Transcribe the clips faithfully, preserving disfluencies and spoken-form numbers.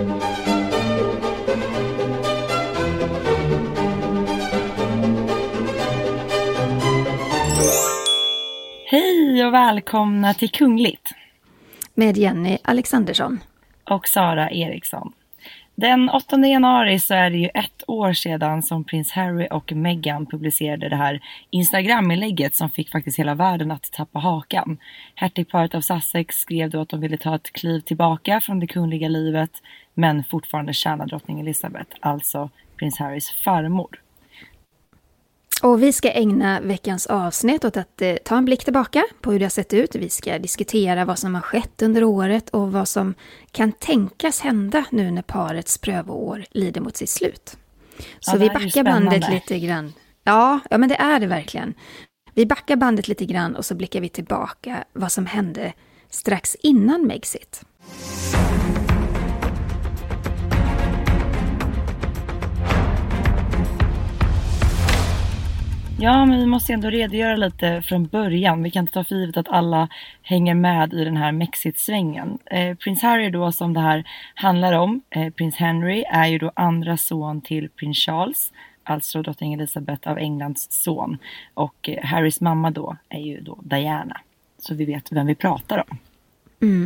Hej och välkomna till Kungligt. Med Jenny Alexandersson. Och Sara Eriksson. Den åttonde januari så är det ju ett år sedan som prins Harry och Meghan publicerade det här Instagram-inlägget som fick faktiskt hela världen att tappa hakan. Hertigparet av Sussex skrev då att de ville ta ett kliv tillbaka från det kungliga livet men fortfarande tjäna drottning Elizabeth, alltså prins Harrys farmor. Och vi ska ägna veckans avsnitt åt att eh, ta en blick tillbaka på hur det har sett ut. Vi ska diskutera vad som har skett under året och vad som kan tänkas hända nu när parets prövoår lider mot sitt slut. Så ja, vi backar bandet lite grann. Ja, ja, men det är det verkligen. Vi backar bandet lite grann och så blickar vi tillbaka vad som hände strax innan Megxit. Ja, men vi måste ändå redogöra lite från början. Vi kan inte ta för givet att alla hänger med i den här Mexit-svängen. Eh, prins Harry då, som det här handlar om, eh, prins Henry, är ju då andra son till prins Charles, alltså drottning Elizabeth av Englands son. Och eh, Harrys mamma då är ju då Diana. Så vi vet vem vi pratar om. Mm.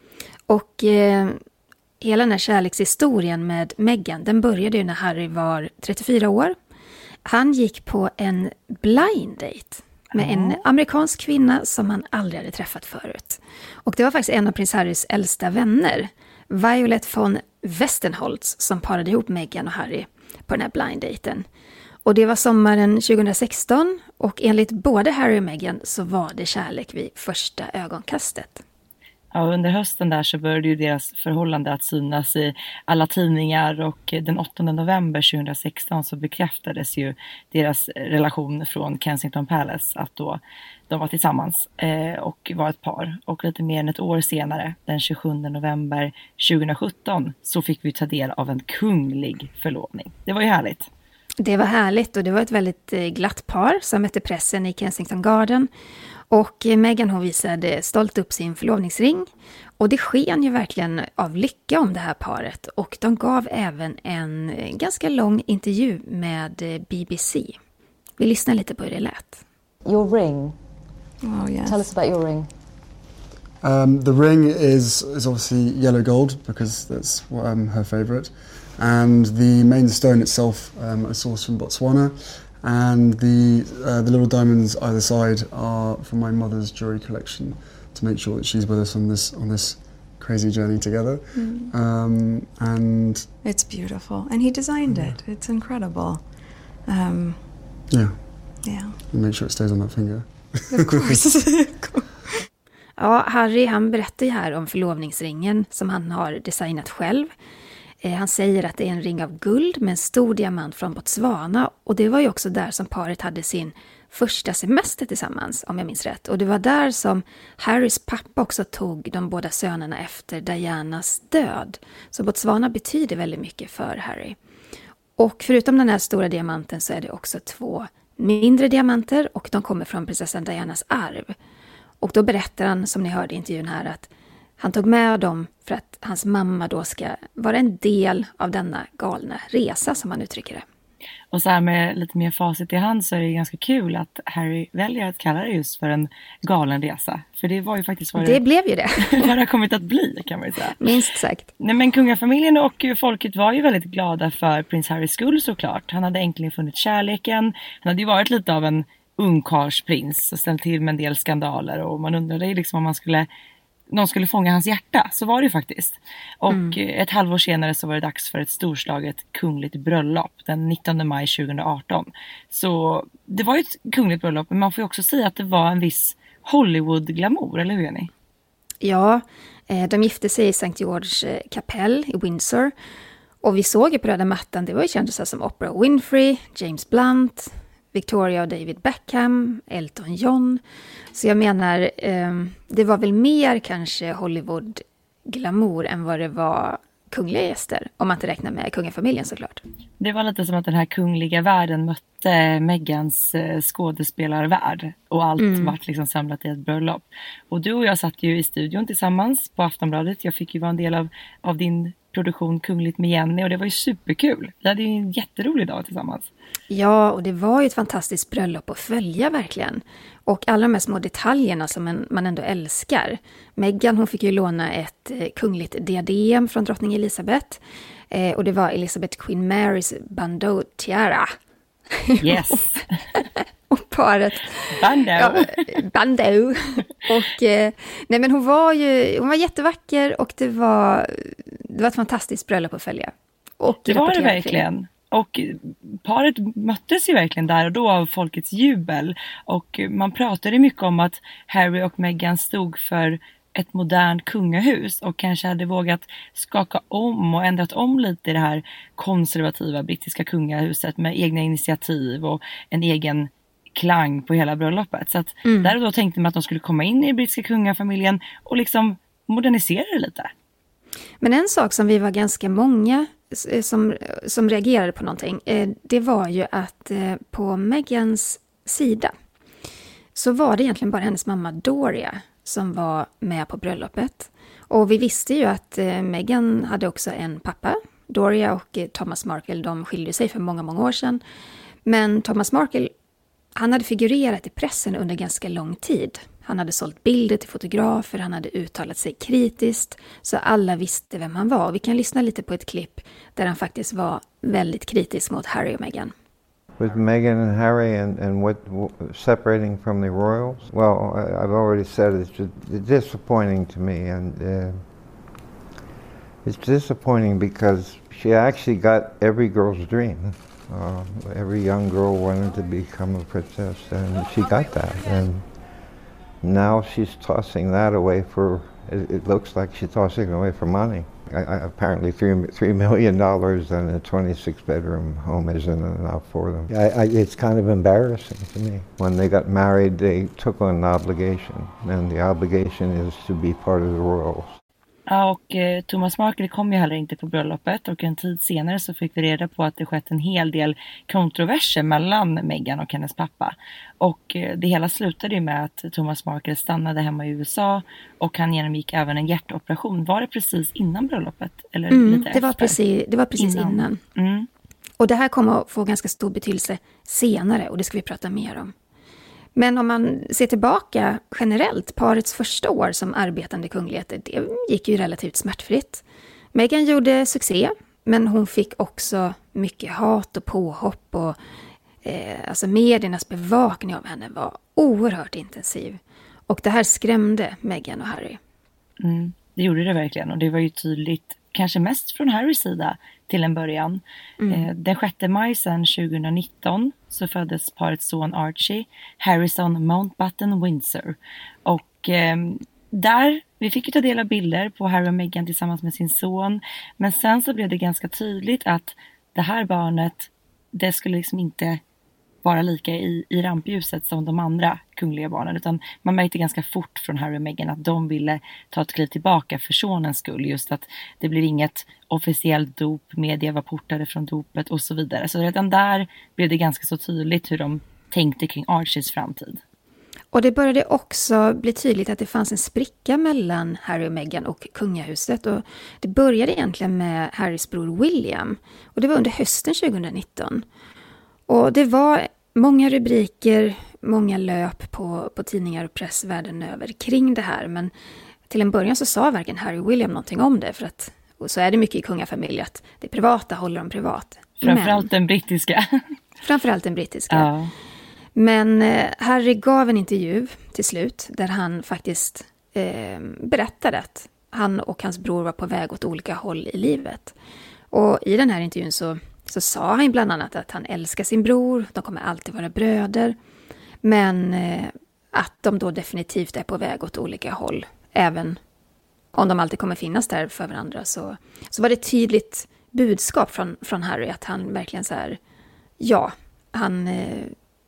Och eh, hela den här kärlekshistorien med Meghan, den började ju när Harry var trettiofyra år. Han gick på en blind date med ja. en amerikansk kvinna som han aldrig hade träffat förut. Och det var faktiskt en av prins Harrys äldsta vänner, Violet von Westenholz, som parade ihop Meghan och Harry på den här blind daten. Och det var sommaren tjugohundrasexton och enligt både Harry och Meghan så var det kärlek vid första ögonkastet. Ja, under hösten där så började ju deras förhållande att synas i alla tidningar och den åttonde november tjugohundrasexton så bekräftades ju deras relation från Kensington Palace att då de var tillsammans eh, och var ett par. Och lite mer än ett år senare, den tjugosjunde november tjugohundrasjutton, så fick vi ta del av en kunglig förlovning. Det var ju härligt. Det var härligt och det var ett väldigt glatt par som mötte pressen i Kensington Garden. Och Meghan hon visade stolt upp sin förlovningsring och det sken ju verkligen av lycka om det här paret och de gav även en ganska lång intervju med B B C. Vi lyssnar lite på hur det lät. Your ring. Oh, yes. Tell us about your ring. Um, the ring is, is obviously yellow gold because that's um, her favourite. And the main stone itself um, is sourced from Botswana. And the uh, the little diamonds either side are from my mother's jewelry collection to make sure that she's with us on this on this crazy journey together. Mm. Um, and it's beautiful, and he designed yeah. it. It's incredible. Um, yeah, yeah. And make sure it stays on that finger. Of course. Ja, Harry han berättar ju här om förlovningsringen som han har designat själv. Han säger att det är en ring av guld med en stor diamant från Botswana och det var ju också där som paret hade sin första semester tillsammans, om jag minns rätt. Och det var där som Harrys pappa också tog de båda sönerna efter Dianas död. Så Botswana betyder väldigt mycket för Harry. Och förutom den här stora diamanten så är det också två mindre diamanter och de kommer från prinsessan Dianas arv. Och då berättar han, som ni hörde i intervjun här, att han tog med dem för att hans mamma då ska vara en del av denna galna resa, som han uttrycker det. Och så här med lite mer facit i hand så är det ganska kul att Harry väljer att kalla det just för en galen resa. För det var ju faktiskt vad det, det blev ju det. vad det har kommit att bli, kan man ju säga. Minst sagt. Nej, men kungafamiljen och folket var ju väldigt glada för prins Harrys skull såklart. Han hade äntligen funnit kärleken. Han hade ju varit lite av en ungkarlsprins och ställt till med en del skandaler. Och man undrade ju liksom om man skulle... någon skulle fånga hans hjärta, så var det ju faktiskt. Och mm. ett halvår senare så var det dags för ett storslaget kungligt bröllop den nittonde maj tjugohundraarton. Så det var ju ett kungligt bröllop, men man får ju också säga att det var en viss Hollywood-glamour, eller hur är ni? Ja, de gifte sig i Sankt George kapell i Windsor. Och vi såg ju på röda mattan, det var ju kändisar som Oprah Winfrey, James Blunt, Victoria och David Beckham, Elton John. Så jag menar, eh, det var väl mer kanske Hollywood-glamour än vad det var kungliga gäster. Om man inte räknar med kungafamiljen såklart. Det var lite som att den här kungliga världen mötte Meghans skådespelarvärld. Och allt mm. vart liksom samlat i ett bröllop. Och du och jag satt ju i studion tillsammans på Aftonbladet. Jag fick ju vara en del av, av din produktion Kungligt med Jenny och det var ju superkul. Vi hade ju en jätterolig dag tillsammans. Ja, och det var ju ett fantastiskt bröllop att följa verkligen. Och alla de här små detaljerna som man, man ändå älskar. Meghan, hon fick ju låna ett eh, kungligt diadem från drottning Elizabeth. Eh, och det var Elizabeth Queen Marys bandeau tiara. Yes. Och paret. Bandeau. Ja, bandeau. Och eh, nej men hon var ju hon var jättevacker och det var det var ett fantastiskt bröllop att följa. Och det var det verkligen. Och paret möttes ju verkligen där och då av folkets jubel. Och man pratade mycket om att Harry och Meghan stod för ett modernt kungahus och kanske hade vågat skaka om och ändrat om lite i det här konservativa brittiska kungahuset med egna initiativ och en egen klang på hela bröllopet. Så att mm. där och då tänkte man att de skulle komma in i brittiska kungafamiljen och liksom modernisera det lite. Men en sak som vi var ganska många som, som reagerade på någonting, det var ju att på Meghans sida så var det egentligen bara hennes mamma Doria som var med på bröllopet. Och vi visste ju att Meghan hade också en pappa. Doria och Thomas Markle, de skilde sig för många, många år sedan. Men Thomas Markle, han hade figurerat i pressen under ganska lång tid. Han hade sålt bilder till fotografer, han hade uttalat sig kritiskt. Så alla visste vem han var. Vi kan lyssna lite på ett klipp där han faktiskt var väldigt kritisk mot Harry och Meghan. With Meghan and Harry and, and what, what separating from the royals? Well, I, I've already said it's disappointing to me, and uh, it's disappointing because she actually got every girl's dream. Uh, every young girl wanted to become a princess, and she got that. And now she's tossing that away for, it, it looks like she's tossing it away for money. I, I, apparently three, three million dollars and a twenty-six bedroom home isn't enough for them. I, I, it's kind of embarrassing to me. When they got married, they took on an obligation, and the obligation is to be part of the royals. Ja, och eh, Thomas Markle kom ju heller inte på bröllopet och en tid senare så fick vi reda på att det skett en hel del kontroverser mellan Meghan och hennes pappa. Och eh, det hela slutade ju med att Thomas Markle stannade hemma i U S A och han genomgick även en hjärtoperation. Var det precis innan bröllopet? Eller mm, lite det, efter? var precis, det var precis innan. innan. Mm. Och det här kommer att få ganska stor betydelse senare och det ska vi prata mer om. Men om man ser tillbaka generellt, parets första år som arbetande kungligheter, det gick ju relativt smärtfritt. Meghan gjorde succé, men hon fick också mycket hat och påhopp och eh, alltså mediernas bevakning av henne var oerhört intensiv. Och det här skrämde Meghan och Harry. Mm, det gjorde det verkligen och det var ju tydligt, kanske mest från Harrys sida till en början. Mm. Eh, den sjätte maj sedan tjugonitton så föddes parets son Archie Harrison Mountbatten Windsor. Och eh, där, vi fick ju ta del av bilder på Harry och Meghan tillsammans med sin son. Men sen så blev det ganska tydligt att det här barnet, det skulle liksom inte vara lika i, i rampljuset som de andra kungliga barnen. Utan man märkte ganska fort från Harry och Meghan att de ville ta ett kliv tillbaka för sonens skull. Just att det blev inget officiellt dop, media var portade från dopet och så vidare. Så redan där blev det ganska så tydligt hur de tänkte kring Archies framtid. Och det började också bli tydligt att det fanns en spricka mellan Harry och Meghan och kungahuset. Och det började egentligen med Harrys bror William. Och det var under hösten tjugonitton. Och det var många rubriker, många löp på, på tidningar och press världen över kring det här. Men till en början så sa varken Harry och William någonting om det. För att, och så är det mycket i kungafamilj att det privata håller de privat. Framförallt den brittiska. Framförallt den brittiska. Ja. Men eh, Harry gav en intervju till slut där han faktiskt eh, berättade att han och hans bror var på väg åt olika håll i livet. Och i den här intervjun så Så sa han bland annat att han älskar sin bror, de kommer alltid vara bröder. Men eh, att de då definitivt är på väg åt olika håll. Även om de alltid kommer finnas där för varandra. Så, så var det ett tydligt budskap från, från Harry att han verkligen så här, ja, han, eh,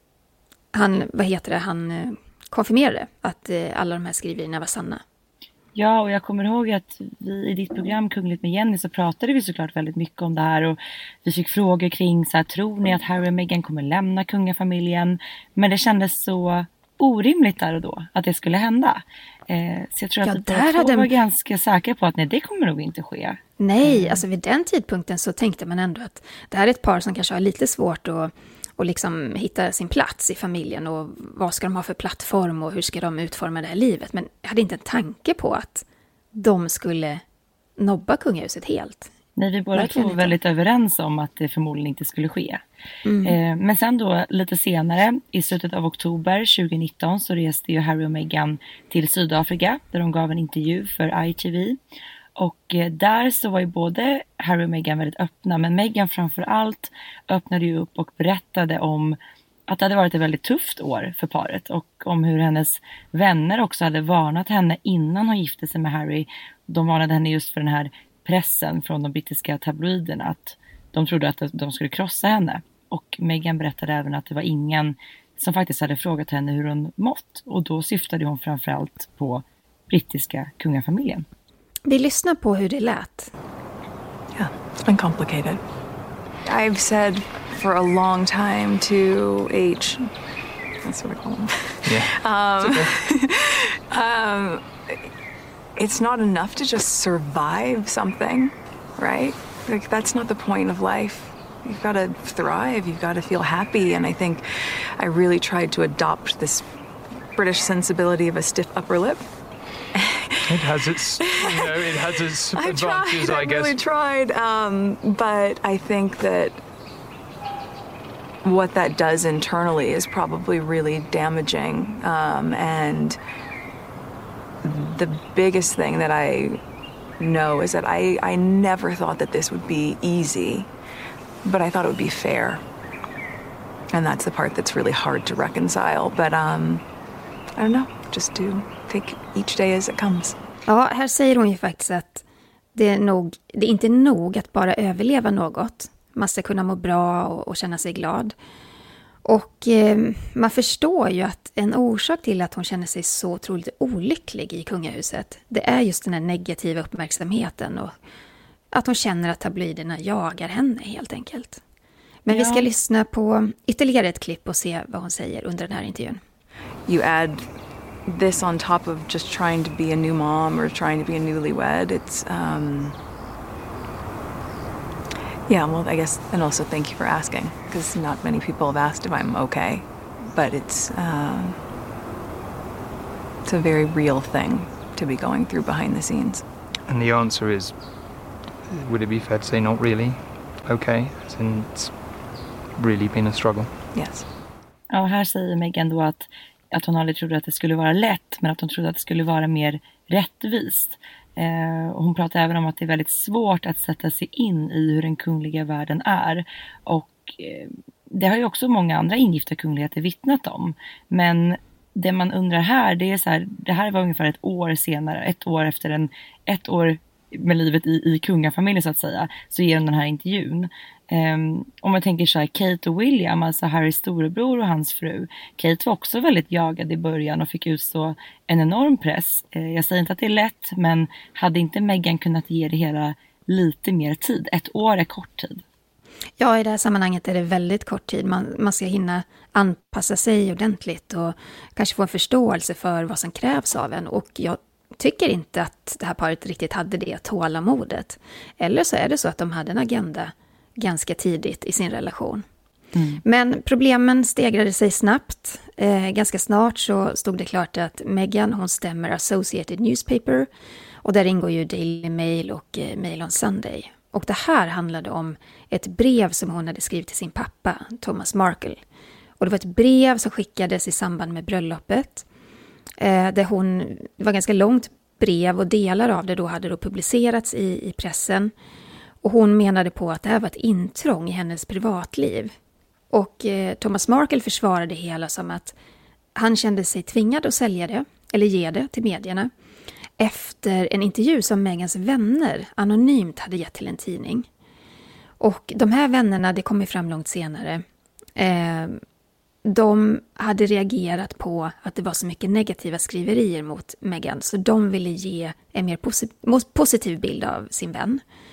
han vad heter det, han eh, konfirmerade att eh, alla de här skriverierna var sanna. Ja, och jag kommer ihåg att vi i ditt program Kungligt med Jenny så pratade vi såklart väldigt mycket om det här och vi fick frågor kring så här, tror ni att Harry och Meghan kommer lämna kungafamiljen? Men det kändes så orimligt där och då att det skulle hända. Eh, så jag tror Ja, att där båda två hade- var ganska säkra på att nej, det kommer nog inte ske. Nej, alltså vid den tidpunkten så tänkte man ändå att det här är ett par som kanske har lite svårt att, att liksom hitta sin plats i familjen och vad ska de ha för plattform och hur ska de utforma det här livet. Men jag hade inte en tanke på att de skulle nobba kungahuset helt. Nej, vi båda Verkligen två var inte. väldigt överens om att det förmodligen inte skulle ske. Mm. Eh, men sen då lite senare, i slutet av oktober tjugonitton, så reste ju Harry och Meghan till Sydafrika där de gav en intervju för I T V. Och eh, där så var ju både Harry och Meghan väldigt öppna, men Meghan framför allt öppnade ju upp och berättade om att det hade varit ett väldigt tufft år för paret och om hur hennes vänner också hade varnat henne innan hon gifte sig med Harry. De varnade henne just för den här pressen från de brittiska tabloiderna, att de trodde att de skulle krossa henne. Och Meghan berättade även att det var ingen som faktiskt hade frågat henne hur hon mått. Och då syftade hon framförallt på brittiska kungafamiljen. Vi lyssnar på hur det lät. Yeah, it's been complicated. I've said for a long time to H, that's what I call him. Yeah. Um, um, it's not enough to just survive something, right? Like that's not the point of life. You've got to thrive. You've got to feel happy. And I think I really tried to adopt this British sensibility of a stiff upper lip. It has its, you know, it has its I advantages, tried. I I guess. really tried. Um, but I think that what that does internally is probably really damaging. Um, and the biggest thing that I know is that I, I never thought that this would be easy, but I thought it would be fair. And that's the part that's really hard to reconcile. But um, I don't know, just do take each day as it comes. Ja, här säger hon ju faktiskt att det är, nog, det är inte nog att bara överleva något. Man ska kunna må bra och, och känna sig glad. Och eh, man förstår ju att en orsak till att hon känner sig så otroligt olycklig i kungahuset, det är just den här negativa uppmärksamheten och att hon känner att tabloiderna jagar henne helt enkelt. Men Ja. vi ska lyssna på ytterligare ett klipp och se vad hon säger under den här intervjun. You add this on top of just trying to be a new mom or trying to be a newlywed. It's, um, yeah, well, I guess, and also thank you for asking, because not many people have asked if I'm okay, but it's, uh, it's a very real thing to be going through behind the scenes. And the answer is, would it be fair to say not really okay? As in, it's really been a struggle. Yes. Ja, här säger Meghan då att, att hon aldrig trodde att det skulle vara lätt, men att hon trodde att det skulle vara mer rättvist. Eh, och hon pratar även om att det är väldigt svårt att sätta sig in i hur den kungliga världen är. Och eh, det har ju också många andra ingifta kungligheter vittnat om. Men det man undrar här, det är så här, det här var ungefär ett år senare, ett år efter en, ett år med livet i, i kungafamiljen så att säga, så ger hon den här intervjun. Um, om man tänker så här, Kate och William, alltså Harrys storebror och hans fru. Kate var också väldigt jagad i början och fick utstå en enorm press. Uh, jag säger inte att det är lätt, men hade inte Meghan kunnat ge det hela lite mer tid? Ett år är kort tid. Ja, i det här sammanhanget är det väldigt kort tid. Man, man ska hinna anpassa sig ordentligt och kanske få en förståelse för vad som krävs av en. Och jag tycker inte att det här paret riktigt hade det tålamodet. Eller så är det så att de hade en agenda ganska tidigt i sin relation. Mm. Men problemen stegrade sig snabbt. Eh, ganska snart så stod det klart att Meghan, hon stämmer Associated Newspaper. Och där ingår ju Daily Mail och eh, Mail on Sunday. Och det här handlade om ett brev som hon hade skrivit till sin pappa, Thomas Markle. Och det var ett brev som skickades i samband med bröllopet. Eh, där hon, det var ganska långt brev och delar av det då hade då publicerats i, i pressen. Och hon menade på att det här var ett intrång i hennes privatliv. Och eh, Thomas Markle försvarade det hela som att han kände sig tvingad att sälja det, eller ge det till medierna, efter en intervju som Meghans vänner anonymt hade gett till en tidning. Och de här vännerna, det kom fram långt senare, eh, de hade reagerat på att det var så mycket negativa skriverier mot Meghan, så de ville ge en mer posi- positiv bild av sin vän.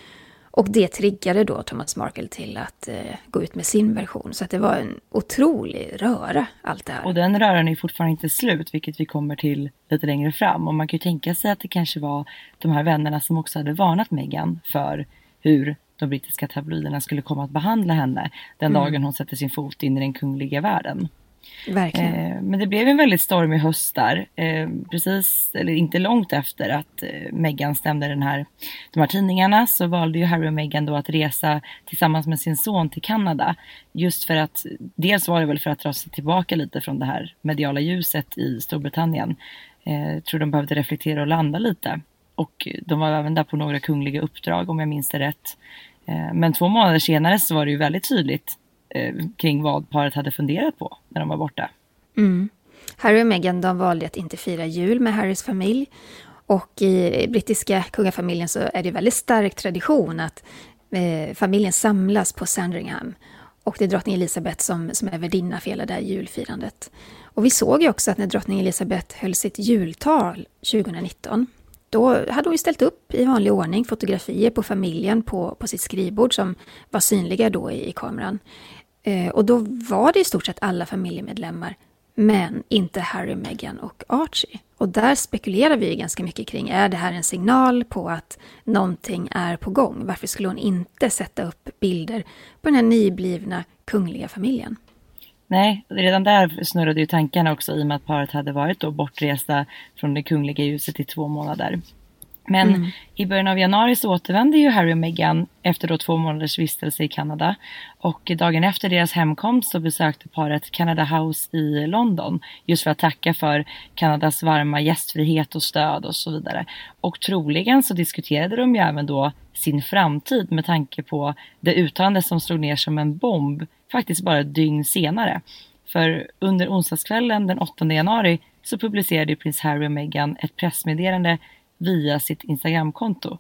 Och det triggade då Thomas Markle till att eh, gå ut med sin version. Så att det var en otrolig röra, allt det här. Och den röran är fortfarande inte slut, vilket vi kommer till lite längre fram. Och man kan ju tänka sig att det kanske var de här vännerna som också hade varnat Meghan för hur de brittiska tabloiderna skulle komma att behandla henne den mm. dagen hon sätter sin fot in i den kungliga världen. Verkligen. Eh, men det blev en väldigt stormig höst där. Eh, precis, eller inte långt efter att eh, Meghan stämde den här, de här tidningarna, så valde ju Harry och Meghan då att resa tillsammans med sin son till Kanada. Just för att, dels var det väl för att dra sig tillbaka lite från det här mediala ljuset i Storbritannien. Eh, jag tror de behövde reflektera och landa lite. Och de var även där på några kungliga uppdrag, om jag minns det rätt. Eh, men två månader senare så var det ju väldigt tydligt kring vad paret hade funderat på när de var borta. Mm. Harry och Meghan, de valde att inte fira jul med Harrys familj. Och i brittiska kungafamiljen så är det väldigt stark tradition att eh, familjen samlas på Sandringham. Och det är drottning Elizabeth som, som är värdinna för hela det här julfirandet. Och vi såg ju också att när drottning Elizabeth höll sitt jultal tjugonitton, då hade hon ju ställt upp i vanlig ordning fotografier på familjen på, på sitt skrivbord som var synliga då i, i kameran. Eh, och då var det i stort sett alla familjemedlemmar, men inte Harry, Meghan och Archie. Och där spekulerar vi ganska mycket kring, är det här en signal på att någonting är på gång? Varför skulle hon inte sätta upp bilder på den här nyblivna kungliga familjen? Nej, redan där snurrade ju tankarna också i och med att paret hade varit då bortresta från det kungliga huset i två månader. Men mm. i början av januari så återvände ju Harry och Meghan efter då två månaders vistelse i Kanada. Och dagen efter deras hemkomst så besökte paret Canada House i London. Just för att tacka för Kanadas varma gästfrihet och stöd och så vidare. Och troligen så diskuterade de ju även då sin framtid med tanke på det uttalande som slog ner som en bomb faktiskt bara ett dygn senare. För under onsdagskvällen den åttonde januari så publicerade prins Harry och Meghan ett pressmeddelande via sitt Instagramkonto.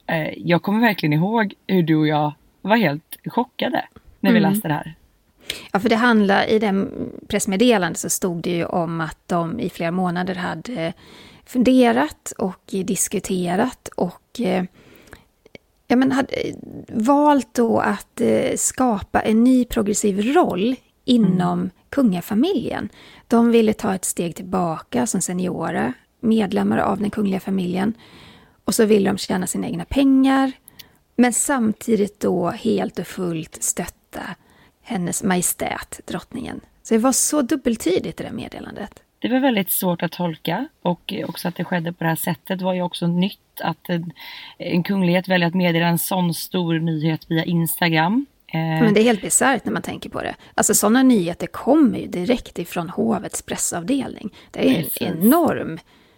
Jag kommer verkligen ihåg hur du och jag var helt chockade när vi mm. läste det här. Ja, för det handlar, i den pressmeddelandet så stod det ju om att de i flera månader hade funderat och diskuterat och ja, men hade valt då att skapa en ny progressiv roll inom mm. kungafamiljen. De ville ta ett steg tillbaka som seniora medlemmar av den kungliga familjen. Och så ville de tjäna sina egna pengar. Men samtidigt då helt och fullt stötta hennes majestät, drottningen. Så det var så dubbeltydigt i det meddelandet. Det var väldigt svårt att tolka. Och också att det skedde på det här sättet var ju också nytt. Att en kunglighet väljer att meddela en sån stor nyhet via Instagram. Men det är helt bisarrt när man tänker på det. Alltså sådana nyheter kommer ju direkt ifrån hovets pressavdelning. Det är en enorm...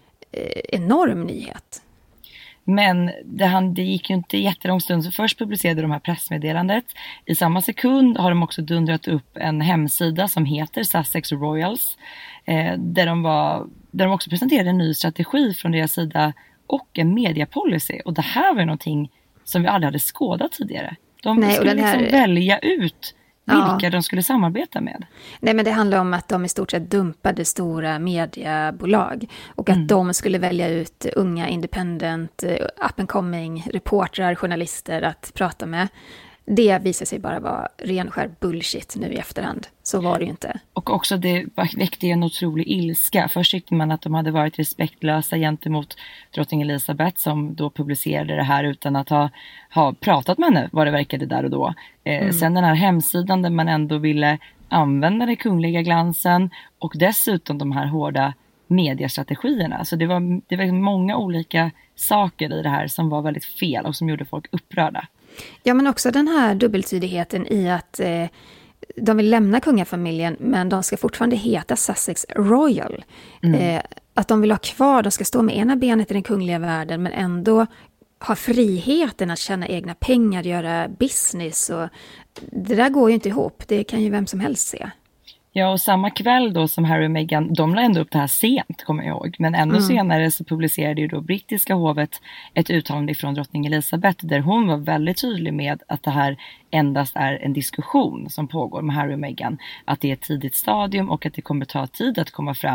enorm nyhet. Men det, han, det gick ju inte jättelång stund. Så först publicerade de här pressmeddelandet. I samma sekund har de också dundrat upp en hemsida som heter Sussex Royals. Eh, där, de var, där de också presenterade en ny strategi från deras sida och en mediapolicy. Och det här var någonting som vi aldrig hade skådat tidigare. De Nej, skulle här... liksom välja ut vilka ja. de skulle samarbeta med. Nej, men det handlar om att de i stort sett dumpade stora mediebolag och att mm. de skulle välja ut unga independent, up and coming reportrar, journalister att prata med. Det visar sig bara vara renskär bullshit nu i efterhand. Så var det ju inte. Och också det väckte en otrolig ilska. Först tyckte man att de hade varit respektlösa gentemot drottning Elizabeth som då publicerade det här utan att ha, ha pratat med henne vad det verkade där och då. Eh, mm. Sen den här hemsidan där man ändå ville använda den kungliga glansen och dessutom de här hårda mediestrategierna. Så det var, det var många olika saker i det här som var väldigt fel och som gjorde folk upprörda. Ja, men också den här dubbeltydigheten i att eh, de vill lämna kungafamiljen men de ska fortfarande heta Sussex Royal. Mm. Eh, att de vill ha kvar, de ska stå med ena benet i den kungliga världen men ändå ha friheten att tjäna egna pengar, göra business. Och det där går ju inte ihop, det kan ju vem som helst se. Ja, och samma kväll då som Harry och Meghan, de la ändå upp det här sent, kommer jag ihåg. Men ännu mm. senare så publicerade ju då brittiska hovet ett uttalande från drottning Elizabeth där hon var väldigt tydlig med att det här endast är en diskussion som pågår med Harry och Meghan. Att det är ett tidigt stadium och att det kommer ta tid att komma fram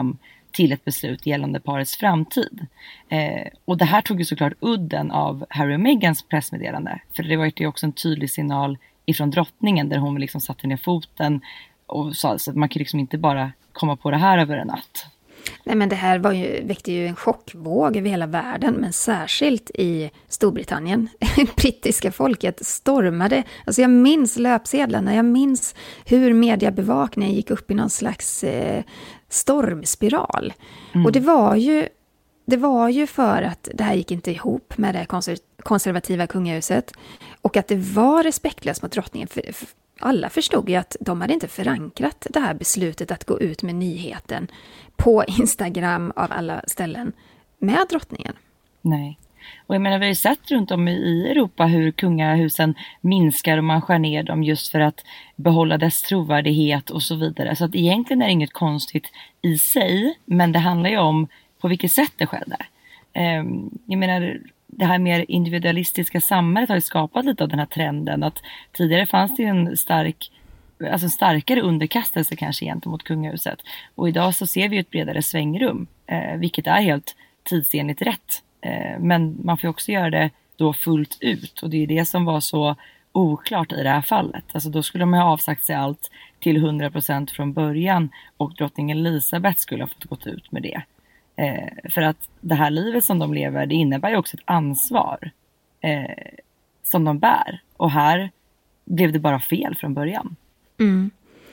till ett beslut gällande parets framtid. Eh, och det här tog ju såklart udden av Harry och Meghans pressmeddelande. För det var ju också en tydlig signal ifrån drottningen där hon liksom satte ner foten och sa att man kan liksom inte bara komma på det här över en natt. Nej, men det här var ju, väckte ju en chockvåg över hela världen, men särskilt i Storbritannien. Brittiska folket stormade. Alltså jag minns löpsedlarna, jag minns hur mediebevakningen gick upp i någon slags eh, stormspiral. Mm. Och det var ju det var ju för att det här gick inte ihop med det konser- konservativa kungahuset och att det var respektlöst mot drottningen. För, för alla förstod ju att de hade inte förankrat det här beslutet att gå ut med nyheten på Instagram av alla ställen med drottningen. Nej. Och jag menar, vi har ju sett runt om i Europa hur kungahusen minskar och man skär ner dem just för att behålla dess trovärdighet och så vidare. Så att egentligen är det inget konstigt i sig, men det handlar ju om på vilket sätt det skedde. Jag menar, det här mer individualistiska samhället har ju skapat lite av den här trenden att tidigare fanns det ju en stark, alltså en starkare underkastelse kanske gentemot kungahuset. Och idag så ser vi ju ett bredare svängrum, eh, vilket är helt tidsenligt rätt. Eh, men man får också göra det då fullt ut och det är det som var så oklart i det här fallet. Alltså då skulle man ha avsagt sig allt till hundra procent från början och drottning Elizabeth skulle ha fått gått ut med det. Eh, för att det här livet som de lever, det innebär ju också ett ansvar eh, som de bär. Och här blev det bara fel från början. Mm.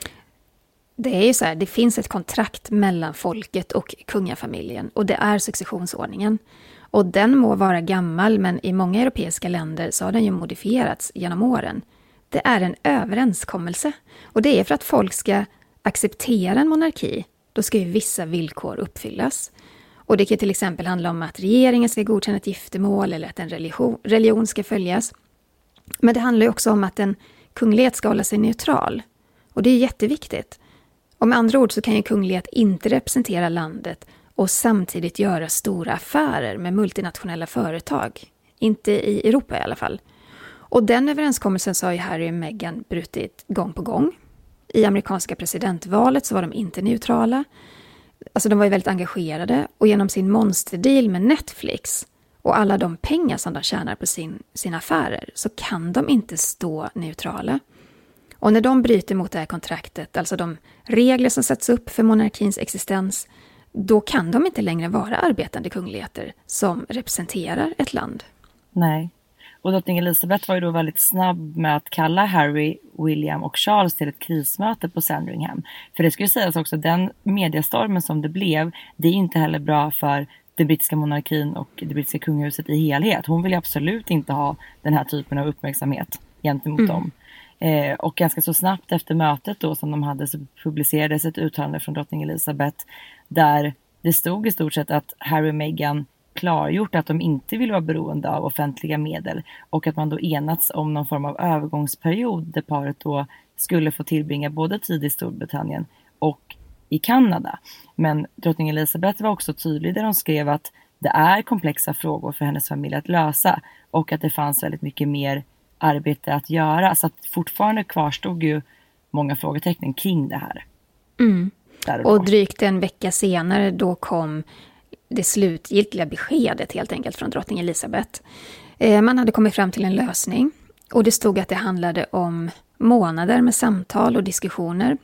Det är ju så här, det finns ett kontrakt mellan folket och kungafamiljen och det är successionsordningen. Och den må vara gammal, men i många europeiska länder så har den ju modifierats genom åren. Det är en överenskommelse och det är för att folk ska acceptera en monarki. Då ska ju vissa villkor uppfyllas. Och det kan till exempel handla om att regeringen ska godkänna ett giftermål eller att en religion, religion ska följas. Men det handlar ju också om att en kunglighet ska hålla sig neutral. Och det är jätteviktigt. Och med andra ord så kan ju kunglighet inte representera landet och samtidigt göra stora affärer med multinationella företag. Inte i Europa i alla fall. Och den överenskommelsen så har ju Harry och Meghan brutit gång på gång. I amerikanska presidentvalet så var de inte neutrala. Alltså de var ju väldigt engagerade och genom sin monsterdeal med Netflix och alla de pengar som de tjänar på sin, sina affärer så kan de inte stå neutrala. Och när de bryter mot det här kontraktet, alltså de regler som sätts upp för monarkins existens, då kan de inte längre vara arbetande kungligheter som representerar ett land. Nej. Och drottning Elizabeth var ju då väldigt snabb med att kalla Harry, William och Charles till ett krismöte på Sandringham. För det skulle sägas också, den mediestormen som det blev, det är inte heller bra för den brittiska monarkin och det brittiska kungahuset i helhet. Hon vill absolut inte ha den här typen av uppmärksamhet gentemot mm. dem. Eh, och ganska så snabbt efter mötet då som de hade så publicerades ett uttalande från drottning Elizabeth där det stod i stort sett att Harry och Meghan klargjort att de inte vill vara beroende av offentliga medel och att man då enats om någon form av övergångsperiod där paret då skulle få tillbringa både tid i Storbritannien och i Kanada. Men drottning Elizabeth var också tydlig där de skrev att det är komplexa frågor för hennes familj att lösa och att det fanns väldigt mycket mer arbete att göra. Så att fortfarande kvarstod ju många frågetecken kring det här. Mm. Och, och drygt en vecka senare då kom det slutgiltiga beskedet helt enkelt från drottning Elizabeth. Eh, man hade kommit fram till en lösning och det stod att det handlade om månader med samtal och diskussioner.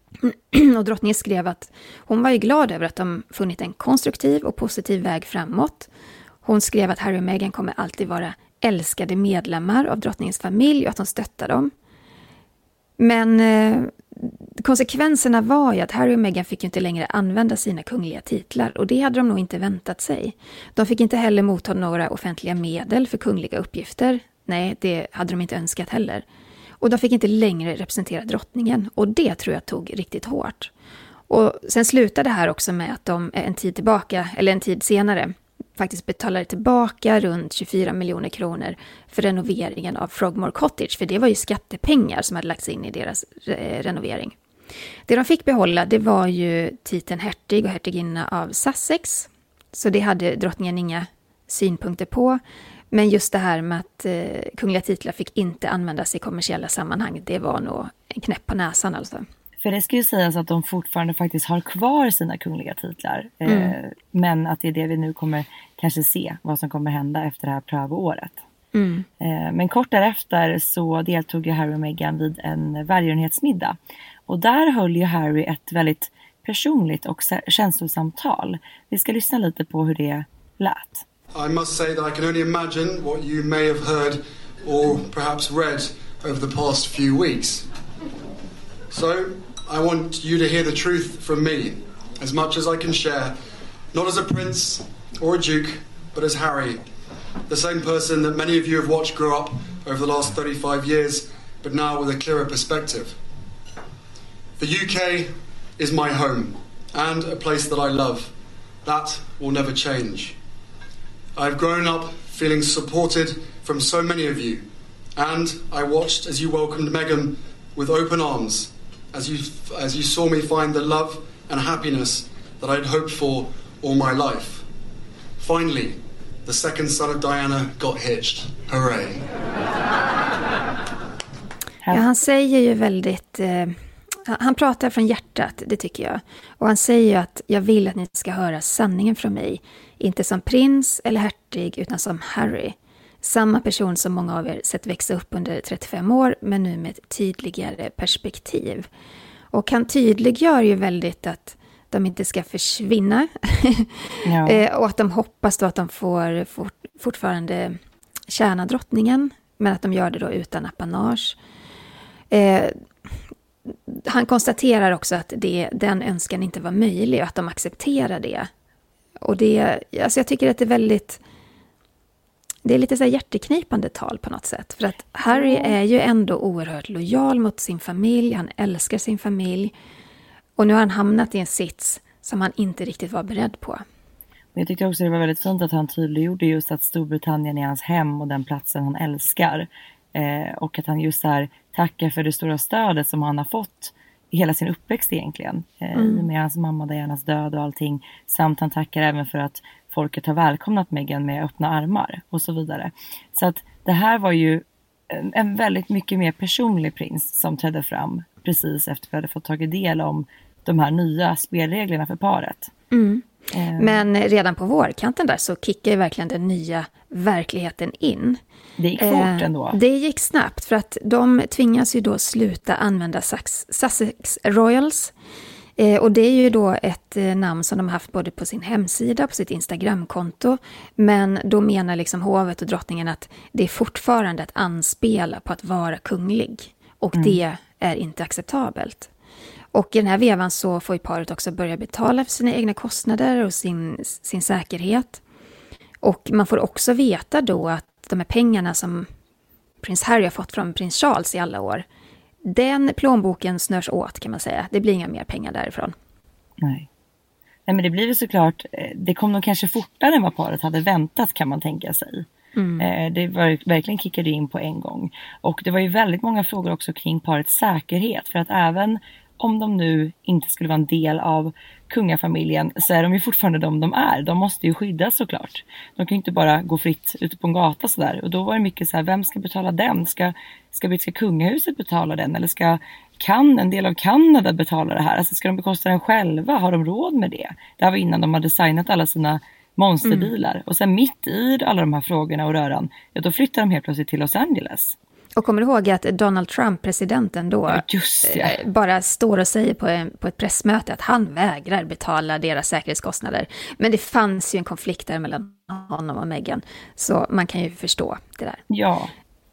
Och drottningen skrev att hon var ju glad över att de funnit en konstruktiv och positiv väg framåt. Hon skrev att Harry och Meghan kommer alltid vara älskade medlemmar av drottningens familj och att de stöttar dem. Men eh, konsekvenserna var ju att Harry och Meghan fick ju inte längre använda sina kungliga titlar och det hade de nog inte väntat sig. De fick inte heller motta några offentliga medel för kungliga uppgifter. Nej, det hade de inte önskat heller. Och de fick inte längre representera drottningen och det tror jag tog riktigt hårt. Och sen slutade det här också med att de en tid tillbaka, eller en tid senare, faktiskt betalade tillbaka runt tjugofyra miljoner kronor för renoveringen av Frogmore Cottage. För det var ju skattepengar som hade lagts in i deras re- renovering. Det de fick behålla det var ju titeln hertig och hertiginna av Sussex. Så det hade drottningen inga synpunkter på. Men just det här med att eh, kungliga titlar fick inte användas i kommersiella sammanhang, det var nog en knäpp på näsan alltså. För det ska ju sägas att de fortfarande faktiskt har kvar sina kungliga titlar. Mm. Eh, men att det är det vi nu kommer kanske se, vad som kommer hända efter det här prövoåret. Mm. Eh, men kort därefter så deltog ju Harry och Meghan vid en välgörenhetsmiddag. Och där höll ju Harry ett väldigt personligt och känslosamt tal. Vi ska lyssna lite på hur det lät. I must say that I can only imagine what you may have heard or perhaps read over the past few weeks. So, I want you to hear the truth from me, as much as I can share, not as a prince or a duke, but as Harry, the same person that many of you have watched grow up over the last thirty-five years, but now with a clearer perspective. The U K is my home, and a place that I love. That will never change. I've grown up feeling supported from so many of you, and I watched as you welcomed Meghan with open arms, as you as you saw me find the love and happiness that I'd hoped for all my life. Finally, the second son of Diana got hitched. Hooray! Ja, han säger ju väldigt... Eh, han pratar från hjärtat, det tycker jag. Och han säger ju att jag vill att ni ska höra sanningen från mig. Inte som prins eller hertig, utan som Harry. Samma person som många av er sett växa upp under trettiofem år, men nu med ett tydligare perspektiv. Och han tydliggör ju väldigt att de inte ska försvinna. Ja. Och att de hoppas då att de får fort, fortfarande tjäna drottningen, men att de gör det då utan apanage. Eh, han konstaterar också att det, den önskan inte var möjlig och att de accepterar det. Och det, alltså jag tycker att det är väldigt... Det är lite så här hjärteknipande tal på något sätt. För att Harry är ju ändå oerhört lojal mot sin familj. Han älskar sin familj. Och nu har han hamnat i en sits som han inte riktigt var beredd på. Jag tyckte också det var väldigt fint att han tydliggjorde just att Storbritannien är hans hem och den platsen han älskar. Eh, och att han just här tackar för det stora stödet som han har fått i hela sin uppväxt egentligen. Eh, mm. Med hans mamma Dianas död och allting. Samt han tackar även för att folket har välkomnat Meghan med öppna armar och så vidare. Så att det här var ju en, en väldigt mycket mer personlig prins som trädde fram precis efter att vi hade fått tagit del om de här nya spelreglerna för paret. Mm. Eh. Men redan på vårkanten där så kickar ju verkligen den nya verkligheten in. Det gick fort ändå. Eh, det gick snabbt för att de tvingas ju då sluta använda Sussex Royals. Eh, och det är ju då ett eh, namn som de har haft både på sin hemsida, på sitt Instagramkonto. Men då menar liksom hovet och drottningen att det är fortfarande att anspela på att vara kunglig. Och mm. det är inte acceptabelt. Och i den här vevan så får ju paret också börja betala för sina egna kostnader och sin, sin säkerhet. Och man får också veta då att de här pengarna som prins Harry har fått från prins Charles i alla år, den plånboken snörs åt kan man säga. Det blir inga mer pengar därifrån. Nej. Nej, men det blir ju såklart, det kom nog kanske fortare än vad paret hade väntat kan man tänka sig. Mm. Det var, verkligen kickade in på en gång. Och det var ju väldigt många frågor också kring parets säkerhet. För att även om de nu inte skulle vara en del av kungafamiljen så är de ju fortfarande de de är. De måste ju skyddas såklart. De kan ju inte bara gå fritt ute på en gata sådär. Och då var det mycket så här, vem ska betala den? Ska, ska brittiska kungahuset betala den? Eller ska kan, en del av Kanada betala det här? Alltså ska de bekosta den själva? Har de råd med det? Det här var innan de hade designat alla sina monsterbilar. Mm. Och sen mitt i alla de här frågorna och röran, ja, då flyttar de helt plötsligt till Los Angeles. Och kommer du ihåg att Donald Trump, presidenten då, ja, just det. bara står och säger på, en, på ett pressmöte att han vägrar betala deras säkerhetskostnader. Men det fanns ju en konflikt där mellan honom och Meghan. Så man kan ju förstå det där. Ja.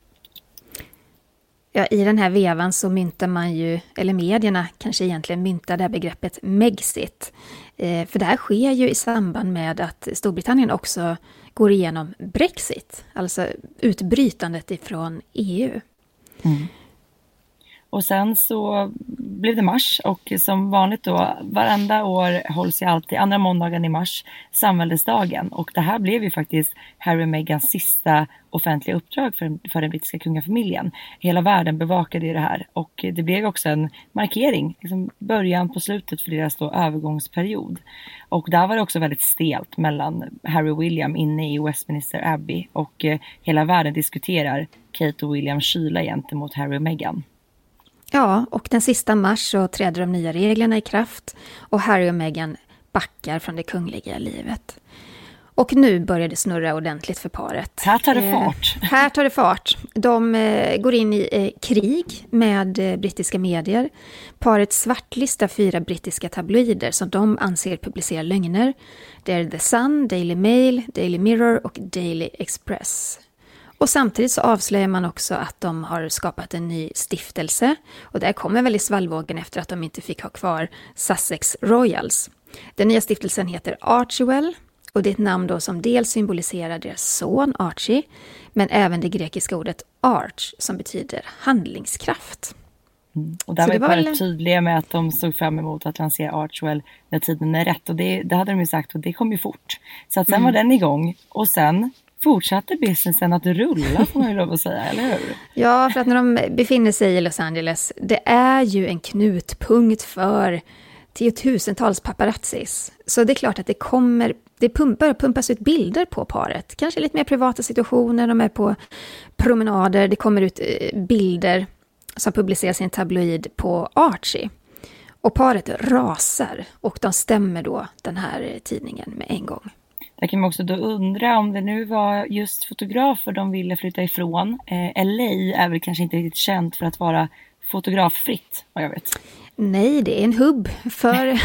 Ja, i den här vevan så myntar man ju, eller medierna kanske egentligen myntar det här begreppet Megxit. Eh, för det här sker ju i samband med att Storbritannien också går igenom Brexit, alltså utbrytandet ifrån E U. Mm. Och sen så blev det mars och som vanligt då, varenda år hålls ju alltid andra måndagen i mars samväldesdagen. Och det här blev ju faktiskt Harry och Meghans sista offentliga uppdrag för, för den brittiska kungafamiljen. Hela världen bevakade ju det här och det blev också en markering, liksom början på slutet för deras då övergångsperiod. Och där var det också väldigt stelt mellan Harry och William inne i Westminster Abbey och eh, hela världen diskuterar Kate och Williams kyla gentemot Harry och Meghan. Ja, och den sista mars så träder de nya reglerna i kraft och Harry och Meghan backar från det kungliga livet. Och nu börjar det snurra ordentligt för paret. Här tar det fart. Eh, här tar det fart. De eh, går in i eh, krig med eh, brittiska medier. Paret svartlistar fyra brittiska tabloider som de anser publicerar lögner. Det är The Sun, Daily Mail, Daily Mirror och Daily Express. Och samtidigt så avslöjar man också att de har skapat en ny stiftelse. Och där kommer väl i svallvågen efter att de inte fick ha kvar Sussex Royals. Den nya stiftelsen heter Archewell. Och det är ett namn då som dels symboliserar deras son Archie, men även det grekiska ordet arch som betyder handlingskraft. Mm. Och där så var det väl tydliga med att de stod fram emot att lansera Archewell när tiden är rätt. Och det, det hade de ju sagt och det kom ju fort. Så att sen mm. var den igång och sen fortsatte businessen att rulla får man ju lov att säga, eller hur? Ja, för att när de befinner sig i Los Angeles, det är ju en knutpunkt för tiotusentals paparazzis. Så det är klart att det kommer, det pumpar och pumpas ut bilder på paret. Kanske lite mer privata situationer, de är på promenader, det kommer ut bilder som publiceras i en tabloid på Archie. Och paret rasar och de stämmer då den här tidningen med en gång. Där kan man också då undra om det nu var just fotografer de ville flytta ifrån. Eh, L A är väl kanske inte riktigt känt för att vara fotograffritt, vad jag vet. Nej, det är en hubb för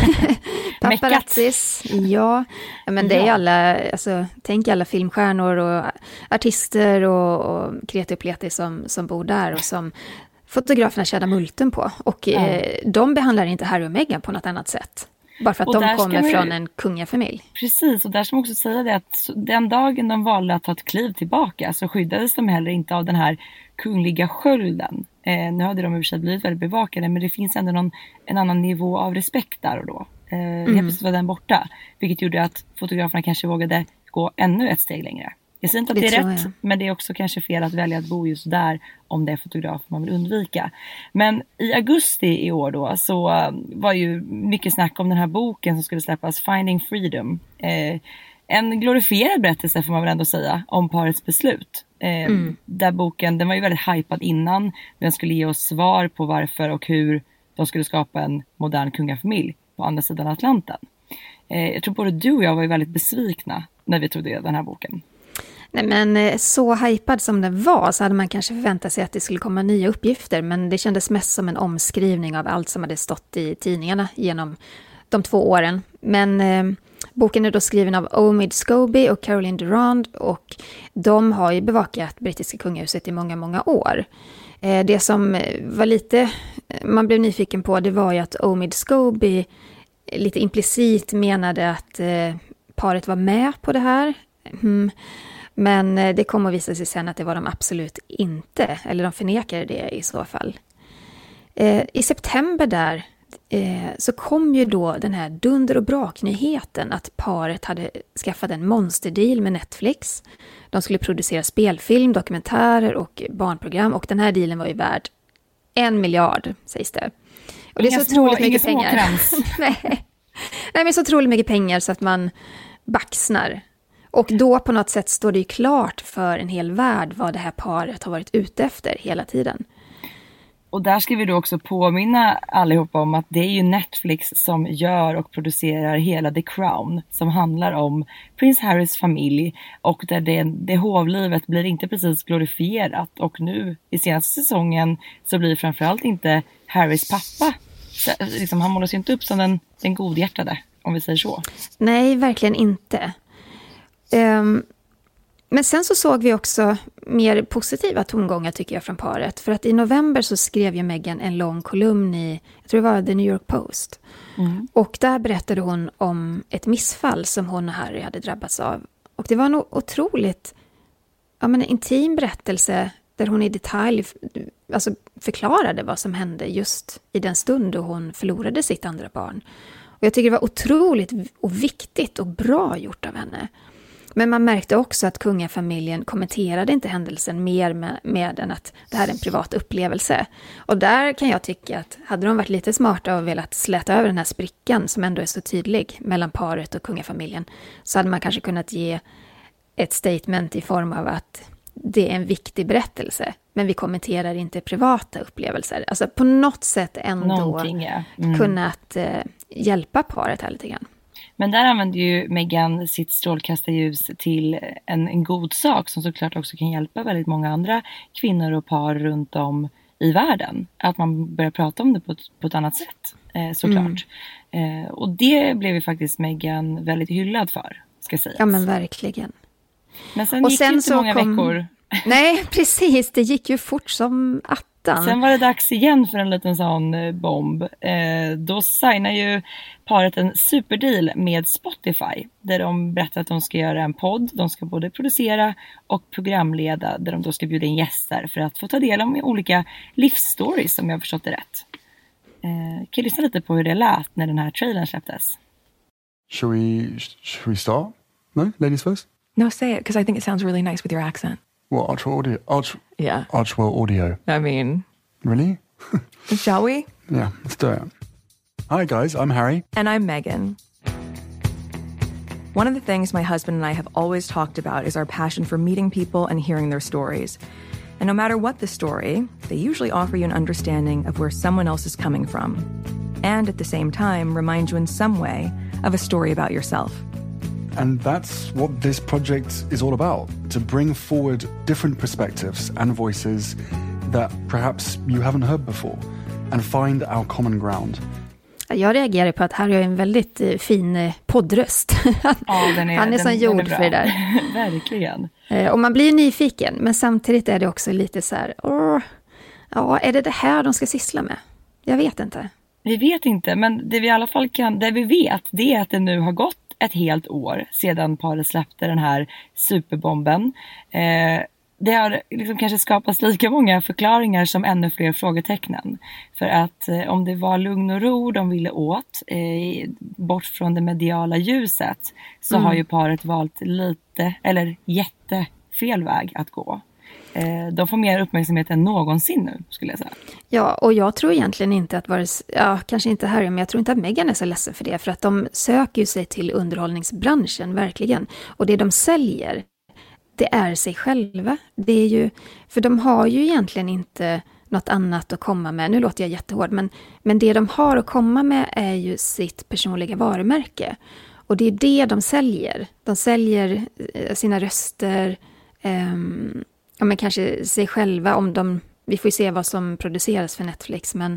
paparazzis. Ja, men det är ja. alla, alltså, tänk alla filmstjärnor och artister och, och kreativpleter som, som bor där och som fotograferna tjänar multen på. Och ja. eh, de behandlar inte Harry och Meghan på något annat sätt. Bara för att och de kommer från ju... en kungafamilj. Precis, och där ska man också säga det att den dagen de valde att ta ett kliv tillbaka så skyddades de heller inte av den här kungliga skölden. Eh, nu hade de i och för sig blivit väldigt bevakade, men det finns ändå någon, en annan nivå av respekt där och då. Eh, mm. Helt plötsligt var den borta, vilket gjorde att fotograferna kanske vågade gå ännu ett steg längre. Jag säger inte att det, det är rätt, jag. men det är också kanske fel att välja att bo just där om det är fotograf man vill undvika. Men i augusti i år då så var ju mycket snack om den här boken som skulle släppas, Finding Freedom. Eh, en glorifierad berättelse får man väl ändå säga om parets beslut. Eh, mm. Där boken, den var ju väldigt hypad innan. Den skulle ge oss svar på varför och hur de skulle skapa en modern kungafamilj på andra sidan Atlanten. Eh, jag tror både du och jag var ju väldigt besvikna när vi tog det den här boken. Nej, men så hypad som den var så hade man kanske förväntat sig att det skulle komma nya uppgifter, men det kändes mest som en omskrivning av allt som hade stått i tidningarna genom de två åren. Men eh, boken är då skriven av Omid Scobie och Caroline Durand och de har ju bevakat brittiska kungahuset i många, många år. Eh, det som var lite, man blev nyfiken på, det var ju att Omid Scobie lite implicit menade att eh, paret var med på det här. Mm. Men det kommer att visa sig sen att det var de absolut inte. Eller de förnekade det i så fall. Eh, I september där eh, så kom ju då den här dunder- och braknyheten att paret hade skaffat en monsterdeal med Netflix. De skulle producera spelfilm, dokumentärer och barnprogram. Och den här dealen var ju värd en miljard, sägs det. Och det är så små, otroligt mycket pengar. Nej. Nej, men så otroligt mycket pengar så att man baxnar. Och då på något sätt står det ju klart för en hel värld vad det här paret har varit ute efter hela tiden. Och där ska vi då också påminna allihopa om att det är ju Netflix som gör och producerar hela The Crown som handlar om prins Harrys familj och där det, det hovlivet blir inte precis glorifierat och nu i senaste säsongen så blir framförallt inte Harrys pappa, så, liksom, han målas ju inte upp som den, den godhjärtade om vi säger så. Nej, verkligen inte. Um, men sen så såg vi också mer positiva tongångar tycker jag från paret. För att i november så skrev ju Meghan en lång kolumn i, jag tror det var The New York Post. Mm. Och där berättade hon om ett missfall som hon och Harry hade drabbats av. Och det var en otroligt ja, men en intim berättelse där hon i detalj alltså förklarade vad som hände just i den stund då hon förlorade sitt andra barn. Och jag tycker det var otroligt och viktigt och bra gjort av henne. Men man märkte också att kungafamiljen kommenterade inte händelsen mer med, med än att det här är en privat upplevelse. Och där kan jag tycka att hade de varit lite smarta och velat släta över den här sprickan som ändå är så tydlig mellan paret och kungafamiljen så hade man kanske kunnat ge ett statement i form av att det är en viktig berättelse. Men vi kommenterar inte privata upplevelser. Alltså på något sätt ändå ja. mm. kunnat eh, hjälpa paret här lite grann. Men där använder ju Meghan sitt strålkastarljus till en, en god sak som såklart också kan hjälpa väldigt många andra kvinnor och par runt om i världen. Att man börjar prata om det på ett, på ett annat sätt, eh, såklart. Mm. Eh, och det blev ju faktiskt Meghan väldigt hyllad för, ska sägas. Ja, men verkligen. Men sen och gick sen det inte så många kom... veckor. Nej, precis. Det gick ju fort som attan. Sen var det dags igen för en liten sån eh, bomb. Eh, då signar ju paret en superdeal med Spotify. Där de berättar att de ska göra en podd. De ska både producera och programleda. Där de då ska bjuda in gäster för att få ta del av olika livsstories, som jag har förstått det rätt. Eh, kan du lyssna lite på hur det lät när den här trailern släpptes? Shall we, shall we start? No? Ladies first? No, say it, because I think it sounds really nice with your accent. What, Archwell Audio? Arch, Yeah. Archwell Audio. I mean, Really? shall we? Yeah, let's do it. Hi guys, I'm Harry. And I'm Megan. One of the things my husband and I have always talked about is our passion for meeting people and hearing their stories. And no matter what the story, they usually offer you an understanding of where someone else is coming from. And at the same time, remind you in some way of a story about yourself. And that's what this project is all about, to bring forward different perspectives and voices that perhaps you haven't heard before and find our common ground. Jag reagerar på att Harry har en väldigt eh, fin eh, poddröst. Ja, den är, Han är den, som gjord den är för det där. Verkligen. Eh, och man blir nyfiken, men samtidigt är det också lite så här, åh, ja, är det det här de ska syssla med? Jag vet inte. Vi vet inte, men det vi i alla fall kan, det vi vet, det är att det nu har gått ett helt år sedan paret släppte den här superbomben. Eh, det har liksom kanske skapats lika många förklaringar som ännu fler frågetecknen. För att eh, om det var lugn och ro de ville åt, eh, bort från det mediala ljuset, så mm. har ju paret valt lite, eller jättefel väg att gå. Eh, de får mer uppmärksamhet än någonsin nu, skulle jag säga. Ja, och jag tror egentligen inte att vare sig, ja, kanske inte Harry, men jag tror inte att Meghan är så ledsen för det. För att de söker ju sig till underhållningsbranschen, verkligen. Och det de säljer, det är sig själva. Det är ju, för de har ju egentligen inte något annat att komma med. Nu låter jag jättehård, men, men det de har att komma med är ju sitt personliga varumärke. Och det är det de säljer. De säljer sina röster, um, ja, men kanske sig själva. Om de, vi får ju se vad som produceras för Netflix, men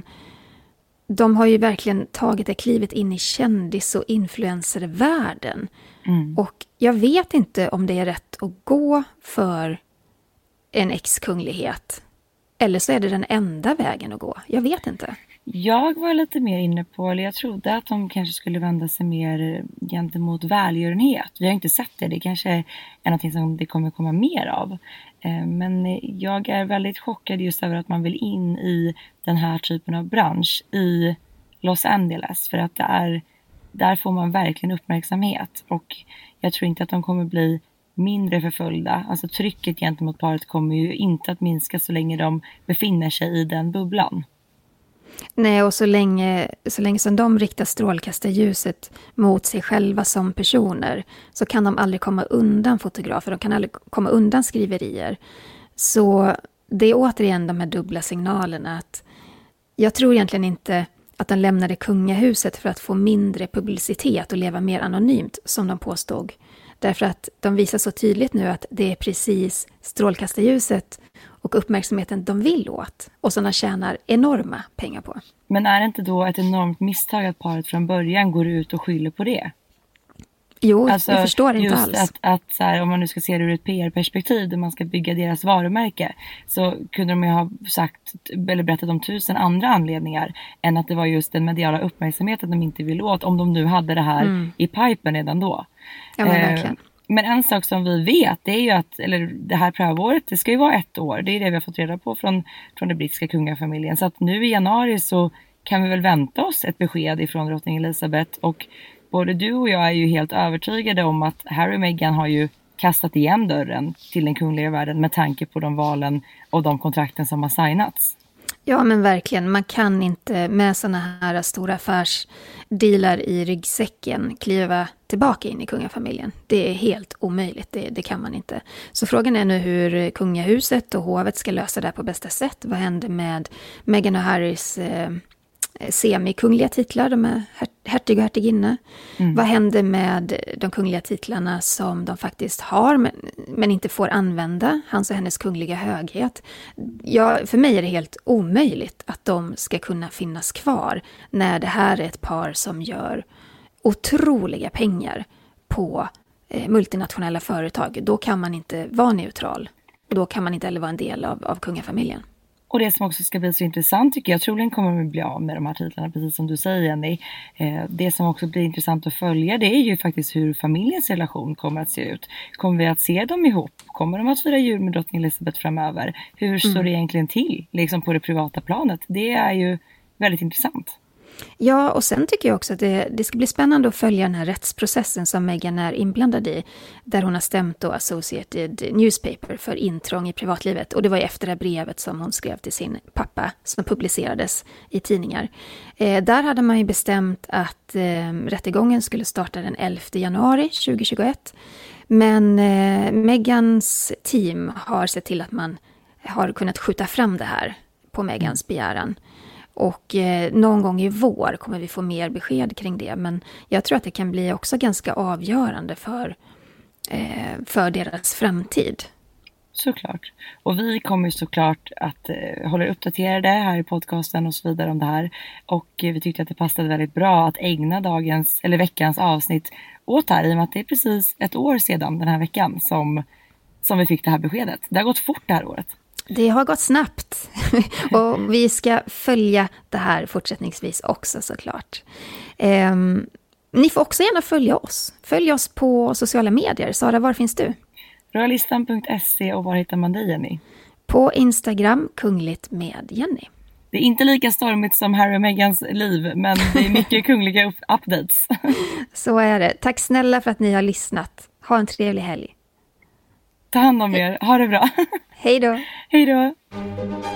de har ju verkligen tagit det klivet in i kändis- och influencervärlden. Mm. Och jag vet inte om det är rätt att gå för en ex-kunglighet. Eller så är det den enda vägen att gå. Jag vet inte. Jag var lite mer inne på, eller jag trodde att de kanske skulle vända sig mer gentemot välgörenhet. Vi har inte sett det, det kanske är något som det kommer komma mer av. Men jag är väldigt chockad just över att man vill in i den här typen av bransch i Los Angeles. För att det är, där får man verkligen uppmärksamhet. Och jag tror inte att de kommer bli mindre förföljda. Alltså trycket gentemot paret kommer ju inte att minska så länge de befinner sig i den bubblan. Nej, och så länge, så länge som de riktar strålkastarljuset mot sig själva som personer, så kan de aldrig komma undan fotografer, de kan aldrig komma undan skriverier. Så det är återigen de här dubbla signalerna. Att jag tror egentligen inte att de lämnade kungahuset för att få mindre publicitet och leva mer anonymt, som de påstod. Därför att de visar så tydligt nu att det är precis strålkastarljuset och uppmärksamheten de vill åt. Och som de tjänar enorma pengar på. Men är det inte då ett enormt misstag att paret från början går ut och skyller på det? Jo, alltså, jag förstår inte just alls. Att, att så här, om man nu ska se det ur ett P R-perspektiv där man ska bygga deras varumärke, så kunde de ju ha sagt eller berättat om tusen andra anledningar än att det var just den mediala uppmärksamheten de inte ville åt, om de nu hade det här mm. i pipen redan då. Ja, men verkligen. Eh, men en sak som vi vet, det är ju att, eller det här prövåret, det ska ju vara ett år. Det är det vi har fått reda på från, från den brittiska kungafamiljen. Så att nu i januari så kan vi väl vänta oss ett besked ifrån drottning Elizabeth. Och både du och jag är ju helt övertygade om att Harry och Meghan har ju kastat igen dörren till den kungliga världen med tanke på de valen och de kontrakten som har signats. Ja, men verkligen. Man kan inte med såna här stora affärsdealar i ryggsäcken kliva tillbaka in i kungafamiljen. Det är helt omöjligt, det, det kan man inte. Så frågan är nu hur kungahuset och hovet ska lösa det här på bästa sätt. Vad händer med Meghan och Harrys eh, semikungliga titlar? De är hertig och hertiginna. Mm. Vad händer med de kungliga titlarna som de faktiskt har men, men inte får använda? Hans och hennes kungliga höghet. Ja, för mig är det helt omöjligt att de ska kunna finnas kvar när det här är ett par som gör otroliga pengar på eh, multinationella företag. Då kan man inte vara neutral. Och då kan man inte heller vara en del av, av kungafamiljen. Och det som också ska bli så intressant tycker jag, troligen kommer vi bli av med de här titlarna, precis som du säger Jenny. Eh, det som också blir intressant att följa, det är ju faktiskt hur familjens relation kommer att se ut. Kommer vi att se dem ihop? Kommer de att fira jul med drottning Elizabeth framöver? Hur står mm. det egentligen till liksom på det privata planet? Det är ju väldigt intressant. Ja, och sen tycker jag också att det, det ska bli spännande att följa den här rättsprocessen som Meghan är inblandad i. Där hon har stämt då Associated Newspaper för intrång i privatlivet. Och det var efter det brevet som hon skrev till sin pappa som publicerades i tidningar. Eh, där hade man ju bestämt att eh, rättegången skulle starta den elfte januari tjugohundratjugoett. Men eh, Meghans team har sett till att man har kunnat skjuta fram det här på Meghans begäran. Och eh, någon gång i vår kommer vi få mer besked kring det. Men jag tror att det kan bli också ganska avgörande för, eh, för deras framtid. Såklart. Och vi kommer såklart att eh, hålla uppdaterade här i podcasten och så vidare om det här. Och eh, vi tyckte att det passade väldigt bra att ägna dagens eller veckans avsnitt åt här. I och med att det är precis ett år sedan den här veckan som, som vi fick det här beskedet. Det har gått fort det här året. Det har gått snabbt och vi ska följa det här fortsättningsvis också såklart. Eh, ni får också gärna följa oss. Följ oss på sociala medier. Sara, var finns du? royalistan punkt se och var hittar man dig, Jenny? På Instagram, kungligt med Jenny. Det är inte lika stormigt som Harry och Meghans liv, men det är mycket kungliga updates. Så är det. Tack snälla för att ni har lyssnat. Ha en trevlig helg. Ta hand om er. Ha det bra. Hej då. Hej då.